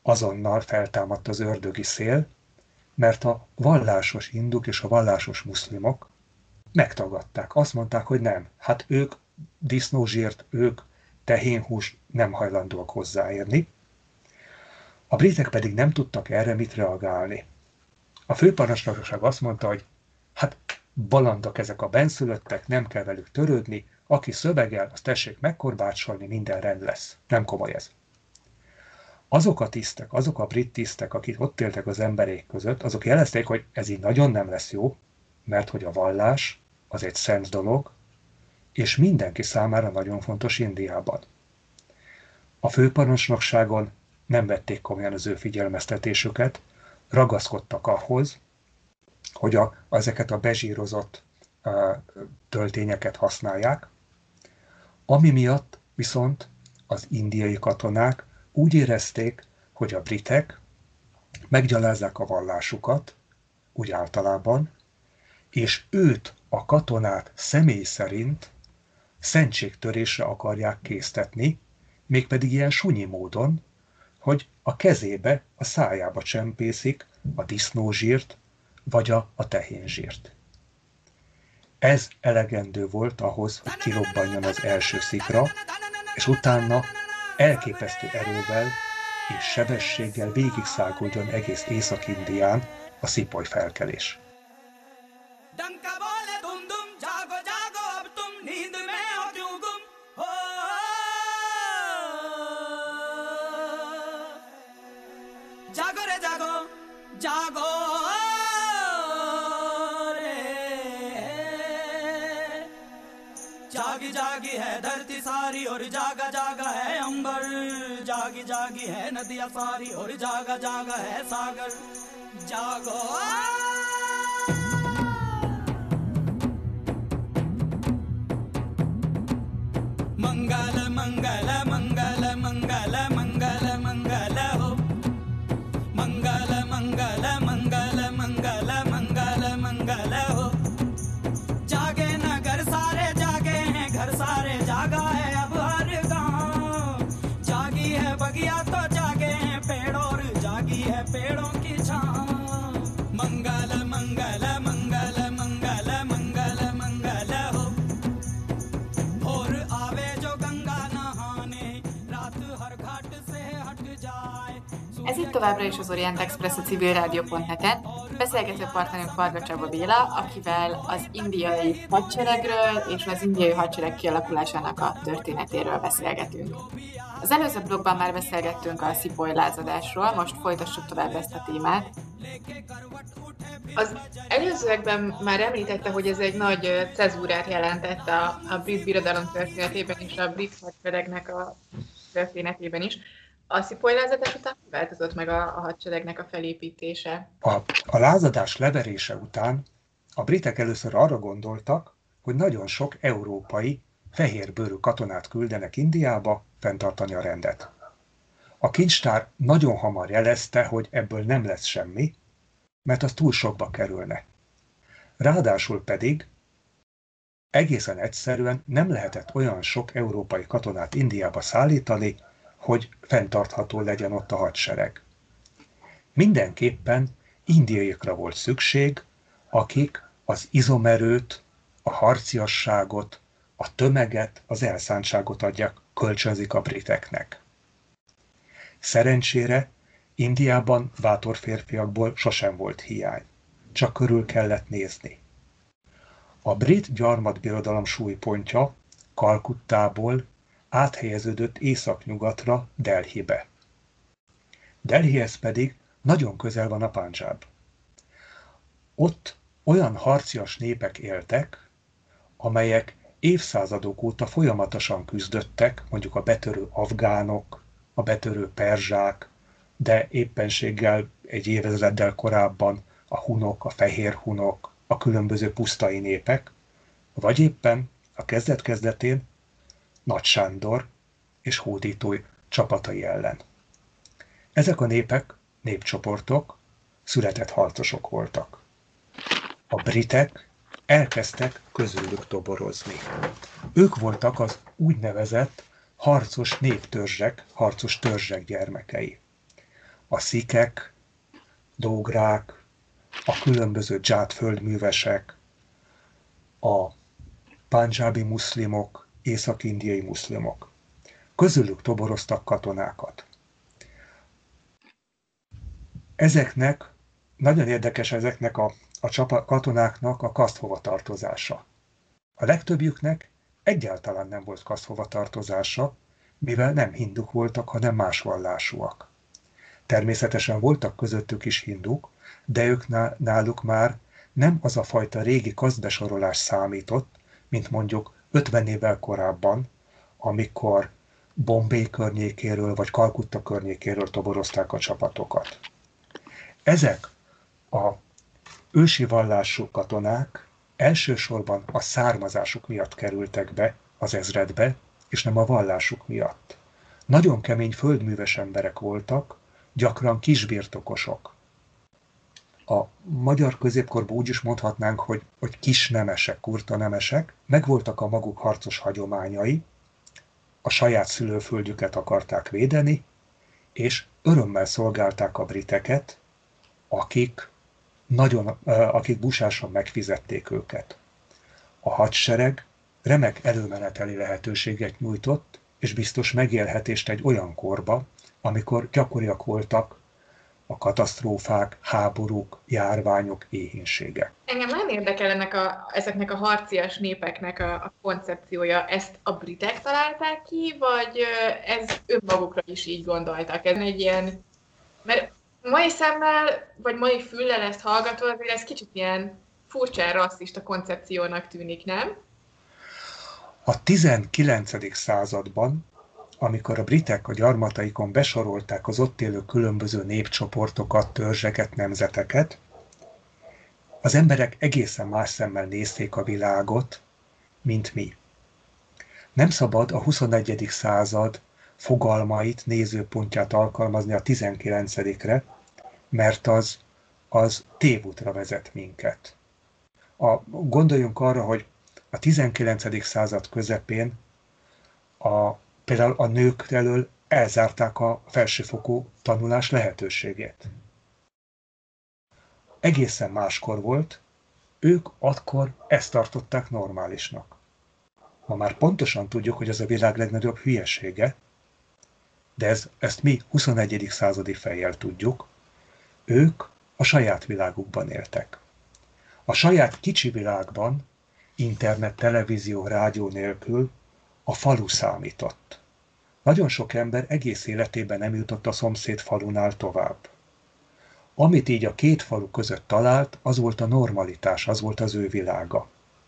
azonnal feltámadt az ördögi szél, mert a vallásos hinduk és a vallásos muszlimok megtagadták. Azt mondták, hogy nem. Hát ők disznózsírt, ők tehénhúst nem hajlandóak hozzáérni. A britek pedig nem tudtak erre mit reagálni. A főparancsnokság azt mondta, hogy hát balandok ezek a benszülöttek, nem kell velük törődni, aki szövegel, azt tessék megkorbácsolni, minden rend lesz. Nem komoly ez. Azok a tisztek, azok a brit tisztek, akik ott éltek az emberek között, azok jelezték, hogy ez így nagyon nem lesz jó, mert hogy a vallás az egy szent dolog, és mindenki számára nagyon fontos Indiában. A főparancsnokságon nem vették komolyan az ő figyelmeztetésüket, ragaszkodtak ahhoz, hogy ezeket a bezsírozott töltényeket használják, ami miatt viszont az indiai katonák úgy érezték, hogy a britek meggyalázzák a vallásukat, úgy általában, és őt, a katonát személy szerint szentségtörésre akarják késztetni, mégpedig ilyen sunyi módon, hogy a kezébe, a szájába csempészik a disznózsírt, vagy a tehénzsírt. Ez elegendő volt ahhoz, hogy kirobbanjon az első szikra, és utána elképesztő erővel és sebességgel végigszáguljon egész Észak-Indián a szipoly felkelés. जागी जागी है धरती सारी और जागा जागा है अंबर, जागी जागी है नदियां सारी और जागा जागा है सागर, जागो मंगल मंगल मंगल मंगल मंगल मंगल हो, मंगल मंगल मंगल मंगल मंगल मंगल हो, जागे नगर सारे जागे हैं, घर सारे जागा है अब हर गांव, जागी है बगिया तो जागे हैं पेड़ और जागी है पेड़ों की छांव, मंगल मंगल मंगल मंगल मंगल मंगल हो, और आवे जो गंगा नहाने रात हर घाट से हट जाए. Ez itt továbbra is az Orient Express a civilrádió.net-en. Beszélgető partnerünk Varga Csaba Béla, akivel az indiai hadseregről és az indiai hadsereg kialakulásának a történetéről beszélgetünk. Az előző blogban már beszélgettünk a szipoly lázadásról, most folytassuk tovább ezt a témát. Az előzőekben már említette, hogy ez egy nagy cezúrát jelentett a brit birodalom történetében és a brit hadseregnek a történetében is. A szipoly lázadás után változott meg a hadseregnek a felépítése? A lázadás leverése után a britek először arra gondoltak, hogy nagyon sok európai fehérbőrű katonát küldenek Indiába fenntartani a rendet. A kincstár nagyon hamar jelezte, hogy ebből nem lesz semmi, mert az túl sokba kerülne. Ráadásul pedig egészen egyszerűen nem lehetett olyan sok európai katonát Indiába szállítani, hogy fenntartható legyen ott a hadsereg. Mindenképpen indiaiakra volt szükség, akik az izomerőt, a harciasságot, a tömeget, az elszántságot adják, kölcsönzik a briteknek. Szerencsére Indiában bátor férfiakból sosem volt hiány, csak körül kellett nézni. A brit gyarmatbirodalom súlypontja Kalkuttából áthelyeződött északnyugatra, Delhibe. Delhihez pedig nagyon közel van a Pandzsáb. Ott olyan harcias népek éltek, amelyek évszázadok óta folyamatosan küzdöttek, mondjuk a betörő afgánok, a betörő perzsák, de éppenséggel egy évezreddel korábban a hunok, a fehér hunok, a különböző pusztai népek, vagy éppen a kezdet-kezdetén Nagy Sándor és hódító csapatai ellen. Ezek a népek, népcsoportok, született harcosok voltak. A britek elkezdtek közülük toborozni. Ők voltak az úgynevezett harcos néptörzsek, harcos törzsek gyermekei. a szikek, dógrák, a különböző dzsát földművesek, a pandzsábi muszlimok, észak-indiai muszlimok. Közülük toboroztak katonákat. Ezeknek, nagyon érdekes ezeknek a katonáknak a kaszthovatartozása. A legtöbbjüknek egyáltalán nem volt kaszthovatartozása, mivel nem hinduk voltak, hanem más vallásúak. Természetesen voltak közöttük is hinduk, de ők náluk már nem az a fajta régi kasztbesorolás számított, mint mondjuk 50 évvel korábban, amikor Bombay környékéről vagy Kalkutta környékéről toborozták a csapatokat. Ezek a ősi vallású katonák elsősorban a származásuk miatt kerültek be az ezredbe, és nem a vallásuk miatt. Nagyon kemény földműves emberek voltak, gyakran kisbirtokosok. A magyar középkorban úgy is mondhatnánk, hogy kis nemesek, kurta nemesek, megvoltak a maguk harcos hagyományai, a saját szülőföldjüket akarták védeni, és örömmel szolgálták a briteket, akik busásan megfizették őket. A hadsereg remek előmeneteli lehetőséget nyújtott, és biztos megélhetést egy olyan korba, amikor gyakoriak voltak a katasztrófák, háborúk, járványok, éhínségek. Engem nagyon érdekel ezeknek a harcias népeknek a koncepciója. Ezt a britek találták ki, vagy ez önmagukra is így gondoltak? Ez egy ilyen... Mert mai szemmel, vagy mai füllel ezt hallgatva, azért ez kicsit ilyen furcsán rasszista koncepciónak tűnik, nem? A 19. században, amikor a britek a gyarmataikon besorolták az ott élő különböző népcsoportokat, törzseket, nemzeteket, az emberek egészen más szemmel nézték a világot, mint mi. Nem szabad a 21. század fogalmait, nézőpontját alkalmazni a 19-re, mert az tévútra vezet minket. Gondoljunk arra, hogy a 19. század közepén például a nők elől elzárták a felsőfokú tanulás lehetőségét. Egészen máskor volt, ők akkor ezt tartották normálisnak. Ma már pontosan tudjuk, hogy ez a világ legnagyobb hülyesége, de ezt mi 21. századi fejjel tudjuk, ők a saját világukban éltek. A saját kicsi világban, internet, televízió, rádió nélkül a falu számított. Nagyon sok ember egész életében nem jutott a szomszéd falunál tovább. Amit így a két falu között talált, az volt a normalitás, az volt az ő világa.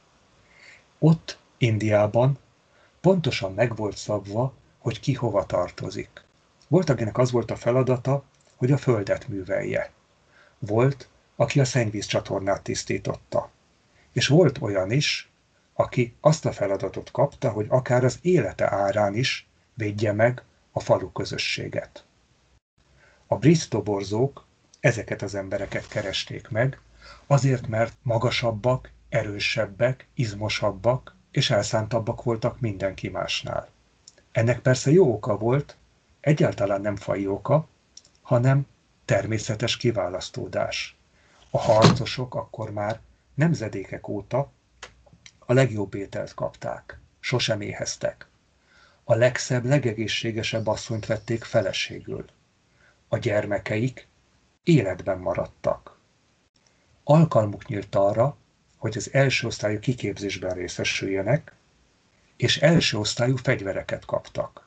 Ott, Indiában pontosan meg volt szabva, hogy ki hova tartozik. Volt, akinek az volt a feladata, hogy a földet művelje. Volt, aki a szennyvízcsatornát tisztította. És volt olyan is, aki azt a feladatot kapta, hogy akár az élete árán is védje meg a falu közösséget. A brit toborzók ezeket az embereket keresték meg, azért, mert magasabbak, erősebbek, izmosabbak és elszántabbak voltak mindenki másnál. Ennek persze jó oka volt, egyáltalán nem faji oka, hanem természetes kiválasztódás. A harcosok akkor már nemzedékek óta a legjobb ételt kapták, sosem éheztek. A legszebb, legegészségesebb asszonyt vették feleségül. A gyermekeik életben maradtak. Alkalmuk nyílt arra, hogy az első osztályú kiképzésben részesüljenek, és első osztályú fegyvereket kaptak.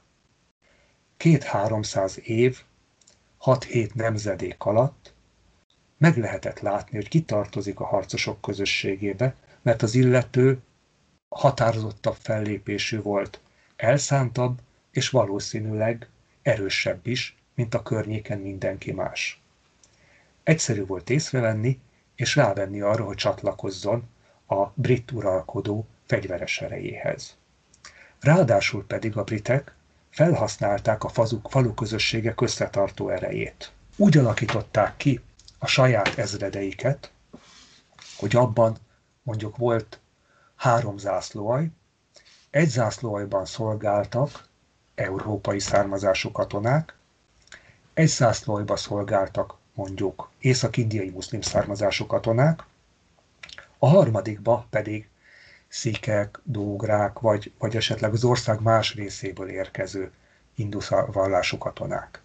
200-300 év, 6-7 nemzedék alatt meg lehetett látni, hogy ki tartozik a harcosok közösségébe, mert az illető határozottabb fellépésű volt, elszántabb és valószínűleg erősebb is, mint a környéken mindenki más. Egyszerű volt észrevenni és rávenni arra, hogy csatlakozzon a brit uralkodó fegyveres erejéhez. Ráadásul pedig a britek felhasználták a falu közösségek összetartó erejét. Úgy alakították ki a saját ezredeiket, hogy abban mondjuk volt 3 zászlóalj, egy zászlóaljban szolgáltak európai származású katonák, egy zászlóaljba szolgáltak mondjuk észak-indiai muszlim származású katonák, a harmadikba pedig szikek, dógrák, vagy esetleg az ország más részéből érkező hindu vallású katonák.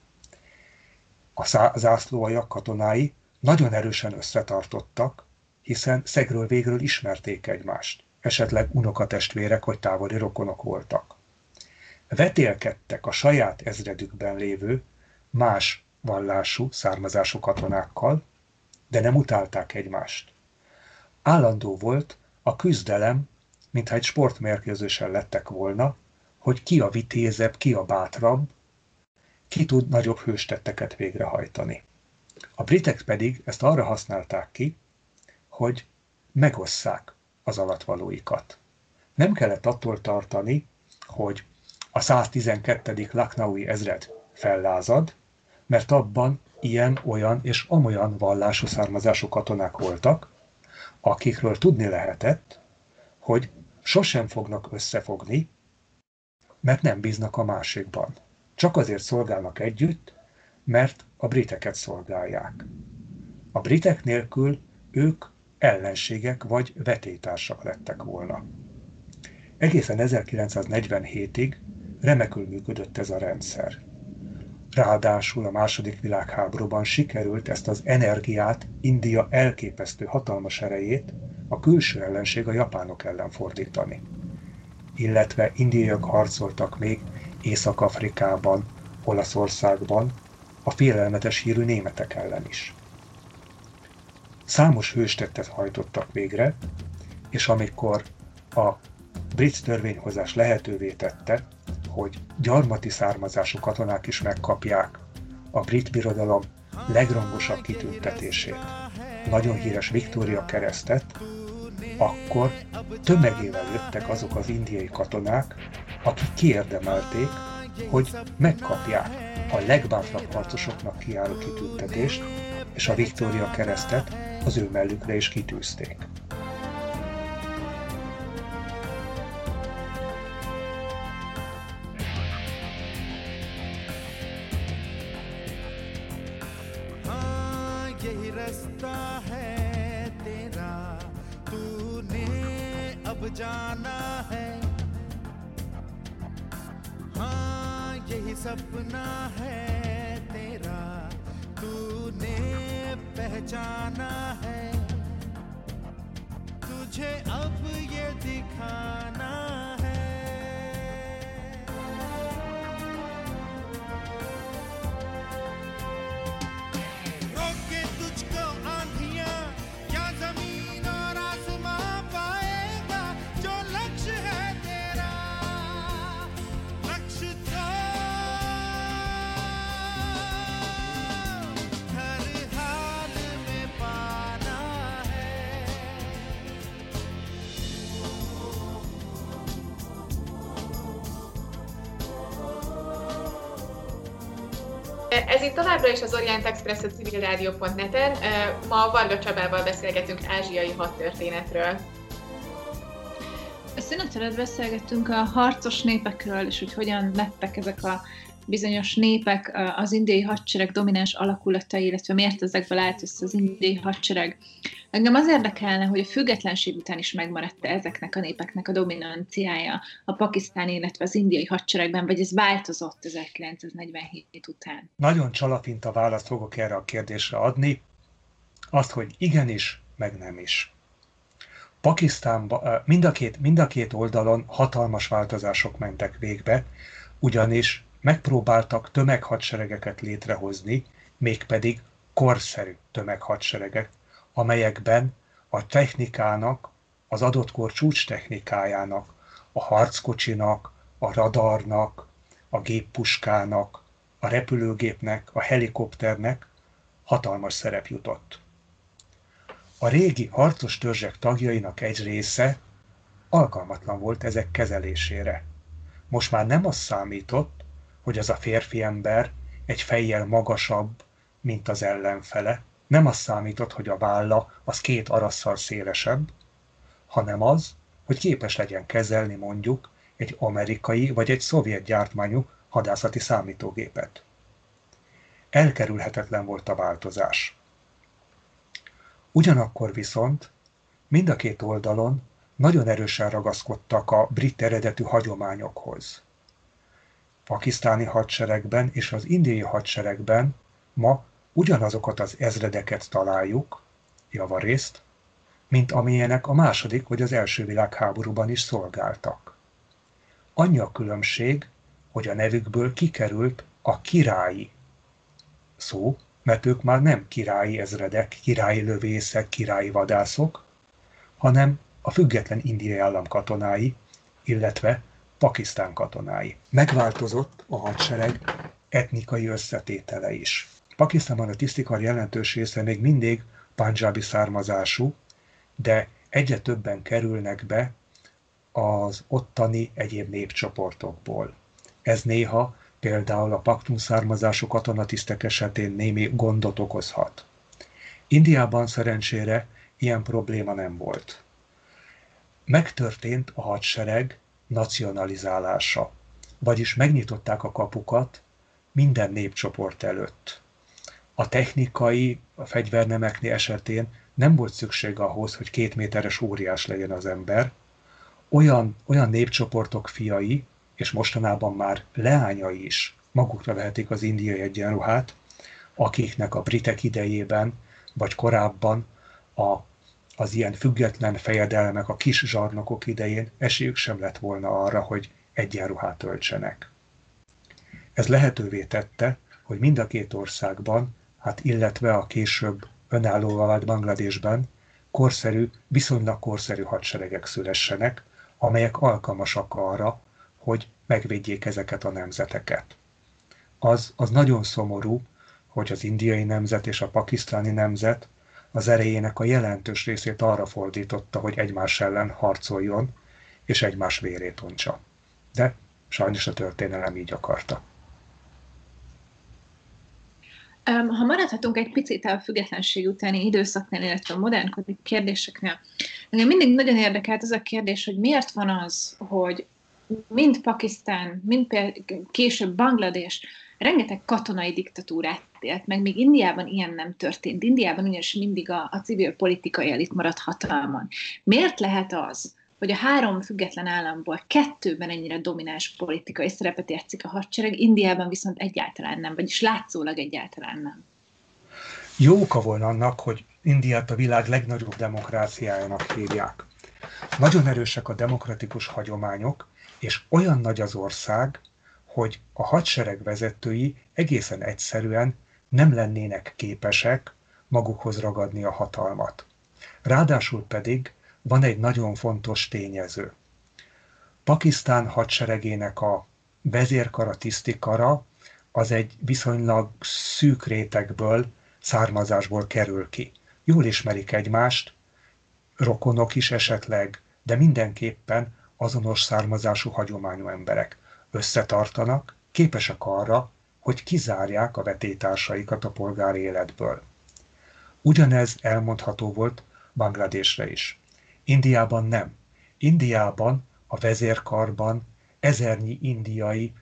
A zászlóaljak katonái nagyon erősen összetartottak, hiszen szegről végről ismerték egymást, esetleg unokatestvérek vagy távoli rokonok voltak. Vetélkedtek a saját ezredükben lévő más vallású, származású katonákkal, de nem utálták egymást. Állandó volt a küzdelem, mintha egy sportmérkőzésen lettek volna, hogy ki a vitézebb, ki a bátrabb, ki tud nagyobb hőstetteket végrehajtani. A britek pedig ezt arra használták ki, hogy megosszák az alatvalóikat. Nem kellett attól tartani, hogy a 112. Lucknowi ezred fellázad, mert abban ilyen, olyan és amolyan vallású származású katonák voltak, akikről tudni lehetett, hogy sosem fognak összefogni, mert nem bíznak a másikban. Csak azért szolgálnak együtt, mert a briteket szolgálják. A britek nélkül ők ellenségek vagy vetélytársak lettek volna. Egészen 1947-ig remekül működött ez a rendszer. Ráadásul a II. Világháborúban sikerült ezt az energiát, India elképesztő hatalmas erejét a külső ellenség a japánok ellen fordítani. Illetve indiaiak harcoltak még Észak-Afrikában, Olaszországban, a félelmetes hírű németek ellen is. Számos hőstettet hajtottak végre, és amikor a brit törvényhozás lehetővé tette, hogy gyarmati származású katonák is megkapják a brit birodalom legrangosabb kitüntetését, nagyon híres Victoria keresztet, akkor tömegével jöttek azok az indiai katonák, akik kiérdemelték, hogy megkapják a legbátrabb harcosoknak kiálló kitüntetést, és a Victoria keresztet az ő mellükre is kitűzték. जाना है हाँ यही सपना है तेरा तूने पहचाना है तुझे अब ये दिखाना है रोके तुझको आंधियां क्या जमीन और आसमां पाएगा जो लक्ष्य है तेरा लक्ष्य तो हर हाल में पाना है Ez itt továbbra is az Orient Express a civilrádió.net-en. Ma Varga Csabával beszélgetünk ázsiai hadtörténetről. A szünet előtt beszélgettünk a harcos népekről, és hogy hogyan lettek ezek a bizonyos népek az indiai hadsereg domináns alakulatai, illetve miért ezekből állt össze az indiai hadsereg. Engem az érdekelne, hogy a függetlenség után is megmaradt ezeknek a népeknek a dominanciája a pakisztáni, illetve az indiai hadseregben, vagy ez változott 1947 után? Nagyon csalapinta választ fogok erre a kérdésre adni, azt, hogy igenis, meg nem is. Pakisztánban mind a két oldalon hatalmas változások mentek végbe, ugyanis megpróbáltak tömeghadseregeket létrehozni, mégpedig korszerű tömeghadseregek, amelyekben a technikának, az adott kor csúcs technikájának, a harckocsinak, a radarnak, a géppuskának, a repülőgépnek, a helikopternek hatalmas szerep jutott. A régi harcos törzsek tagjainak egy része alkalmatlan volt ezek kezelésére. Most már nem az számított, hogy az a férfi ember egy fejjel magasabb, mint az ellenfele, nem az számított, hogy a válla az 2 arasszal szélesebb, hanem az, hogy képes legyen kezelni mondjuk egy amerikai vagy egy szovjet gyártmányú hadászati számítógépet. elkerülhetetlen volt a változás. Ugyanakkor viszont mind a két oldalon nagyon erősen ragaszkodtak a brit eredetű hagyományokhoz. Pakisztáni hadseregben és az indiai hadseregben ma ugyanazokat az ezredeket találjuk, javarészt, mint amilyenek a második vagy az első világháborúban is szolgáltak. Annyi a különbség, hogy a nevükből kikerült a királyi szó, mert ők már nem királyi ezredek, királyi lövészek, királyi vadászok, hanem a független indiai állam katonái, illetve Pakisztán katonái. Megváltozott a hadsereg etnikai összetétele is. Pakisztánban a tisztikar jelentős része még mindig pandzsábi származású, de egyre többen kerülnek be az ottani egyéb népcsoportokból. Ez néha például a paktun származású katonatisztek esetén némi gondot okozhat. Indiában szerencsére ilyen probléma nem volt. Megtörtént a hadsereg nacionalizálása, vagyis megnyitották a kapukat minden népcsoport előtt. A technikai, a fegyvernemeknél esetén nem volt szükség ahhoz, hogy 2 méteres óriás legyen az ember. Olyan népcsoportok fiai, és mostanában már leányai is magukra vehetik az indiai egyenruhát, akiknek a britek idejében, vagy korábban az ilyen független fejedelmek, a kis zsarnokok idején esélyük sem lett volna arra, hogy egyenruhát öltsenek. Ez lehetővé tette, hogy mind a két országban, illetve a később önállóvá vált Bangladesben viszonylag korszerű hadseregek szülessenek, amelyek alkalmasak arra, hogy megvédjék ezeket a nemzeteket. Az nagyon szomorú, hogy az indiai nemzet és a pakisztáni nemzet az erejének a jelentős részét arra fordította, hogy egymás ellen harcoljon, és egymás vérét ontsa. De sajnos a történelem így akarta. Ha maradhatunk egy picit a függetlenség utáni időszaknál, illetve a modernkori kérdéseknél, engem mindig nagyon érdekelt az a kérdés, hogy miért van az, hogy mind Pakisztán, mind később Banglades rengeteg katonai diktatúrát élt, meg még Indiában ilyen nem történt. Indiában ugyanis mindig a civil politikai elit maradt hatalmon. Miért lehet az, hogy a 3 független államból 2-ben ennyire domináns politikai szerepet játszik a hadsereg, Indiában viszont egyáltalán nem, vagyis látszólag egyáltalán nem? Jó oka volna annak, hogy Indiát a világ legnagyobb demokráciájának hívják. Nagyon erősek a demokratikus hagyományok, és olyan nagy az ország, hogy a hadsereg vezetői egészen egyszerűen nem lennének képesek magukhoz ragadni a hatalmat. Ráadásul pedig van egy nagyon fontos tényező. Pakisztán hadseregének a vezérkara, tisztikara az egy viszonylag szűk rétegből, származásból kerül ki. Jól ismerik egymást, rokonok is esetleg, de mindenképpen azonos származású hagyományú emberek. Összetartanak, képesek arra, hogy kizárják a vetélytársaikat a polgári életből. Ugyanez elmondható volt Bangladesre is. Indiában nem. Indiában a vezérkarban ezernyi indiai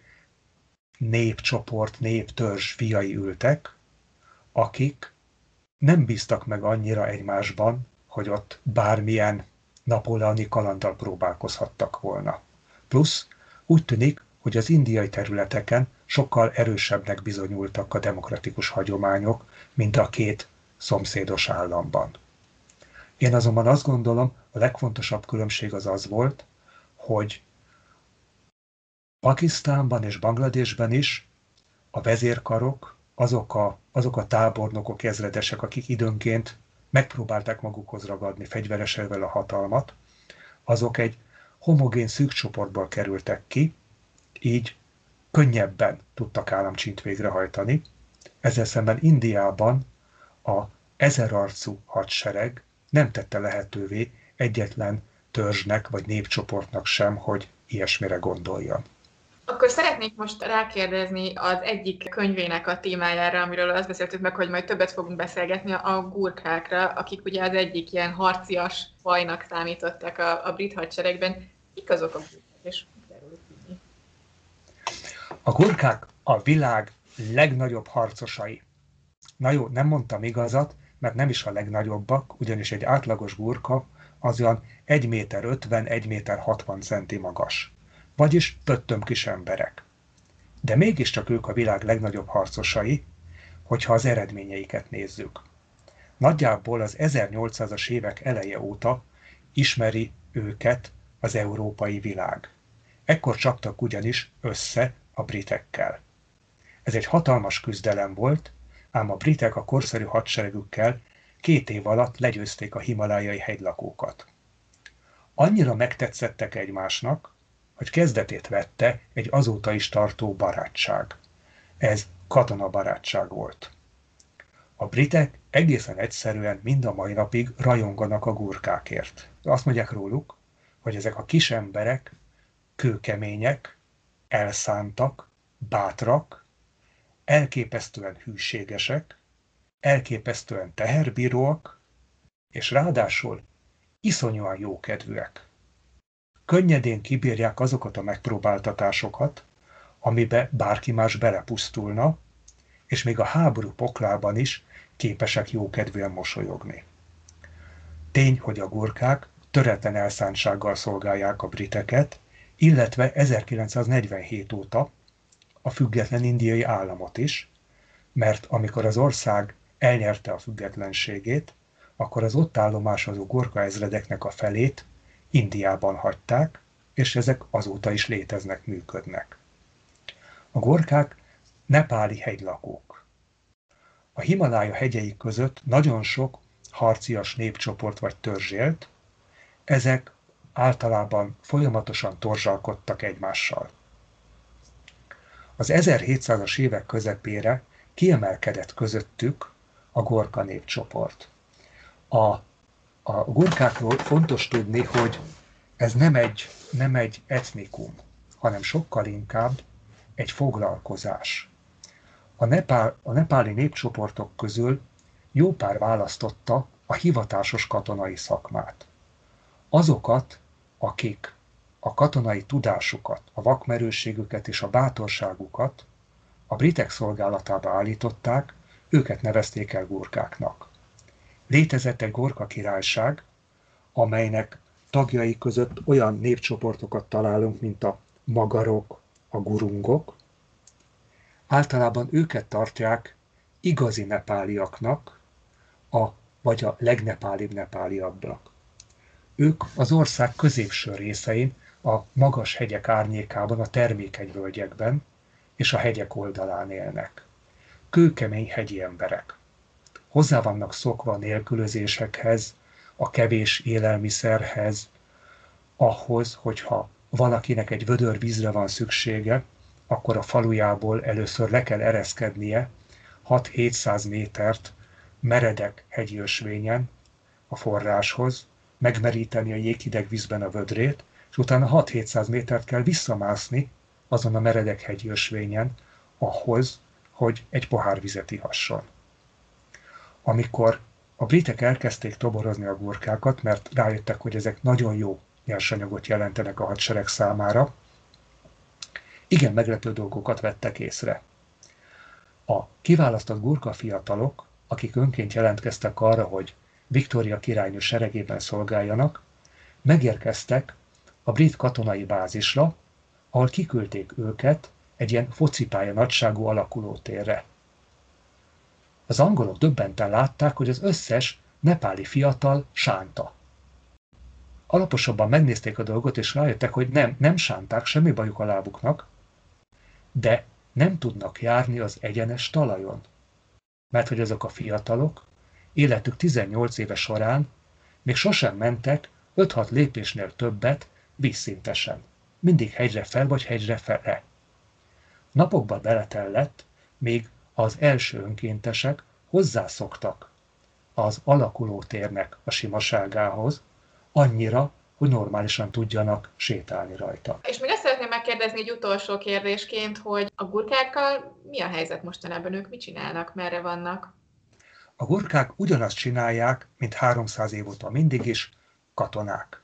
népcsoport, néptörzs fiai ültek, akik nem bíztak meg annyira egymásban, hogy ott bármilyen napóleoni kalanddal próbálkozhattak volna. Plusz úgy tűnik, hogy az indiai területeken sokkal erősebbnek bizonyultak a demokratikus hagyományok, mint a 2 szomszédos államban. Én azonban azt gondolom, a legfontosabb különbség az volt, hogy Pakisztánban és Bangladesben is a vezérkarok, azok a tábornokok, ezredesek, akik időnként megpróbálták magukhoz ragadni fegyveres erővel a hatalmat, azok egy homogén szűk csoportból kerültek ki, így könnyebben tudtak államcsint végrehajtani. Ezzel szemben Indiában a 1000 arcú hadsereg nem tette lehetővé egyetlen törzsnek vagy népcsoportnak sem, hogy ilyesmire gondoljon. Akkor szeretnék most rákérdezni az egyik könyvének a témájára, amiről azt beszéltük meg, hogy majd többet fogunk beszélgetni, a gurkákra, akik ugye az egyik ilyen harcias fajnak számítottak a brit hadseregben. Kik azok a gurkák, és mit erről tudni? A gurkák a világ legnagyobb harcosai. Na jó, nem mondtam igazat, mert nem is a legnagyobbak, ugyanis egy átlagos gurka az olyan 1,50 méter, 1,60 méter magas. Vagyis pöttöm kis emberek. De mégiscsak ők a világ legnagyobb harcosai, hogyha az eredményeiket nézzük. Nagyjából az 1800-as évek eleje óta ismeri őket az európai világ. Ekkor csaptak ugyanis össze a britekkel. Ez egy hatalmas küzdelem volt, ám a britek a korszerű hadseregükkel 2 év alatt legyőzték a himalájai hegylakókat. Annyira megtetszettek egymásnak, hogy kezdetét vette egy azóta is tartó barátság. Ez katonabarátság volt. A britek egészen egyszerűen mind a mai napig rajonganak a gurkákért. Azt mondják róluk, hogy ezek a kis emberek kőkemények, elszántak, bátrak, elképesztően hűségesek, elképesztően teherbíróak, és ráadásul iszonyúan jókedvűek. Könnyedén kibírják azokat a megpróbáltatásokat, amibe bárki más belepusztulna, és még a háború poklában is képesek jókedvűen mosolyogni. Tény, hogy a gurkák töretlen elszántsággal szolgálják a briteket, illetve 1947 óta a független indiai államot is, mert amikor az ország elnyerte a függetlenségét, akkor az ott állomásozó gurka ezredeknek a felét Indiában hagyták, és ezek azóta is léteznek, működnek. A gurkák nepáli hegylakók. A Himalája hegyei között nagyon sok harcias népcsoport vagy törzs élt, ezek általában folyamatosan torzsalkodtak egymással. Az 1700-as évek közepére kiemelkedett közöttük a gurka népcsoport. A gurkákról fontos tudni, hogy ez nem egy etnikum, hanem sokkal inkább egy foglalkozás. A nepáli népcsoportok közül jó pár választotta a hivatásos katonai szakmát. Azokat, akik a katonai tudásukat, a vakmerősségüket és a bátorságukat a britek szolgálatába állították, őket nevezték el gurkáknak. Létezett egy gurka királyság, amelynek tagjai között olyan népcsoportokat találunk, mint a magarok, a gurungok. Általában őket tartják igazi nepáliaknak, vagy a legnepálibb nepáliabbnak. Ők az ország középső részein, a magas hegyek árnyékában, a termékeny völgyekben és a hegyek oldalán élnek. Kőkemény hegyi emberek. Hozzá vannak szokva a nélkülözésekhez, a kevés élelmiszerhez, ahhoz, hogyha valakinek egy vödör vízre van szüksége, akkor a falujából először le kell ereszkednie 6-700 métert meredek hegyi ösvényen a forráshoz, megmeríteni a jéghideg vízben a vödrét, és utána 6-700 métert kell visszamászni azon a meredek hegyi ösvényen ahhoz, hogy egy pohár vizet ihasson. Amikor a britek elkezdték toborozni a gurkákat, mert rájöttek, hogy ezek nagyon jó nyersanyagot jelentenek a hadsereg számára, igen meglepő dolgokat vettek észre. A kiválasztott gurka fiatalok, akik önként jelentkeztek arra, hogy Viktória királynő seregében szolgáljanak, megérkeztek a brit katonai bázisra, ahol kiküldték őket egy ilyen focipálya nagyságú alakulótérre. Az angolok döbbenten látták, hogy az összes nepáli fiatal sánta. Alaposabban megnézték a dolgot, és rájöttek, hogy nem sánták, semmi bajuk a lábuknak, de nem tudnak járni az egyenes talajon. Mert hogy azok a fiatalok életük 18 éve során még sosem mentek 5-6 lépésnél többet vízszintesen. Mindig hegyre fel vagy hegyre fele. Napokba beletellett, még az első önkéntesek hozzászoktak az alakulótérnek a simaságához, annyira, hogy normálisan tudjanak sétálni rajta. És még azt szeretném megkérdezni egy utolsó kérdésként, hogy a gurkákkal mi a helyzet mostanában? Ők mit csinálnak, merre vannak? A gurkák ugyanazt csinálják, mint 300 év óta mindig is, katonák.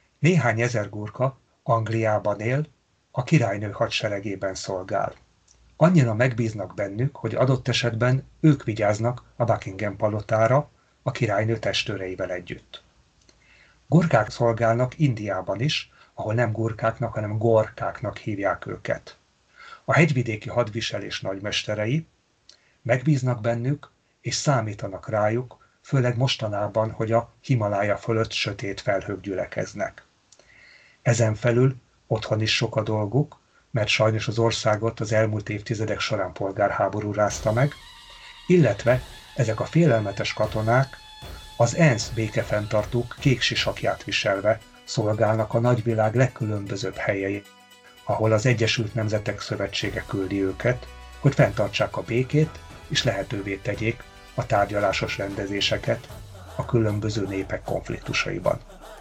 Néhány ezer gurka Angliában él, a királynő hadseregében szolgál. Annyira megbíznak bennük, hogy adott esetben ők vigyáznak a Buckingham palotára a királynő testőreivel együtt. Gorkák szolgálnak Indiában is, ahol nem gurkáknak, hanem gorkáknak hívják őket. A hegyvidéki hadviselés nagymesterei megbíznak bennük, és számítanak rájuk, főleg mostanában, hogy a Himalája fölött sötét felhők gyülekeznek. Ezen felül otthon is sok a dolguk, mert sajnos az országot az elmúlt évtizedek során polgárháború rázta meg, illetve ezek a félelmetes katonák az ENSZ békefenntartók kék sisakját viselve szolgálnak a nagyvilág legkülönbözőbb helyei, ahol az Egyesült Nemzetek Szövetsége küldi őket, hogy fenntartsák a békét és lehetővé tegyék a tárgyalásos rendezéseket a különböző népek konfliktusaiban.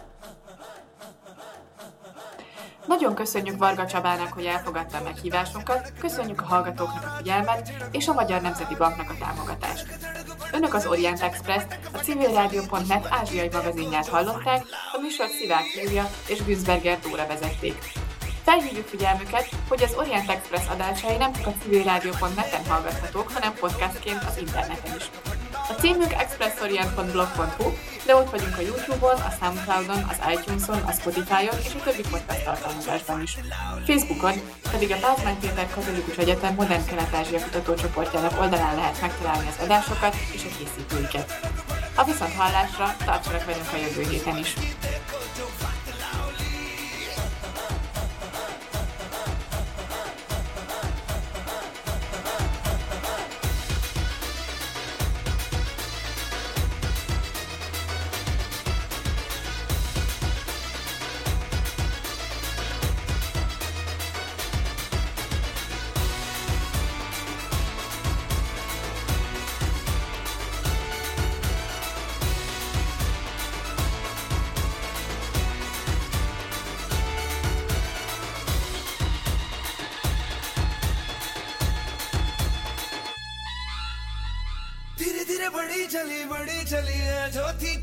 Nagyon köszönjük Varga Csabának, hogy elfogadta a meghívásunkat, köszönjük a hallgatóknak a figyelmet és a Magyar Nemzeti Banknak a támogatást. Önök az Orient Express-t, a civilradio.net ázsiai magazinját hallották, a műsort Szivák Júlia és Günzberger Dóra vezették. Felhívjuk figyelmüket, hogy az Orient Express adásai nem csak a civilradio.net-en hallgathatók, hanem podcastként az interneten is. A címünk expressorient.blog.hu, de ott vagyunk a YouTube-on, a Soundcloud-on, az iTunes-on, a Spotify-on és a többi podcast tartalmazásban is. Facebookon pedig a Pázmány Péter Katolikus Egyetem Modern Kelet-Ázsia kutatócsoportjának oldalán lehet megtalálni az adásokat és a készítőiket. A viszonthallásra tartsanak velünk a jövő héten is! बड़ी चली है जो थी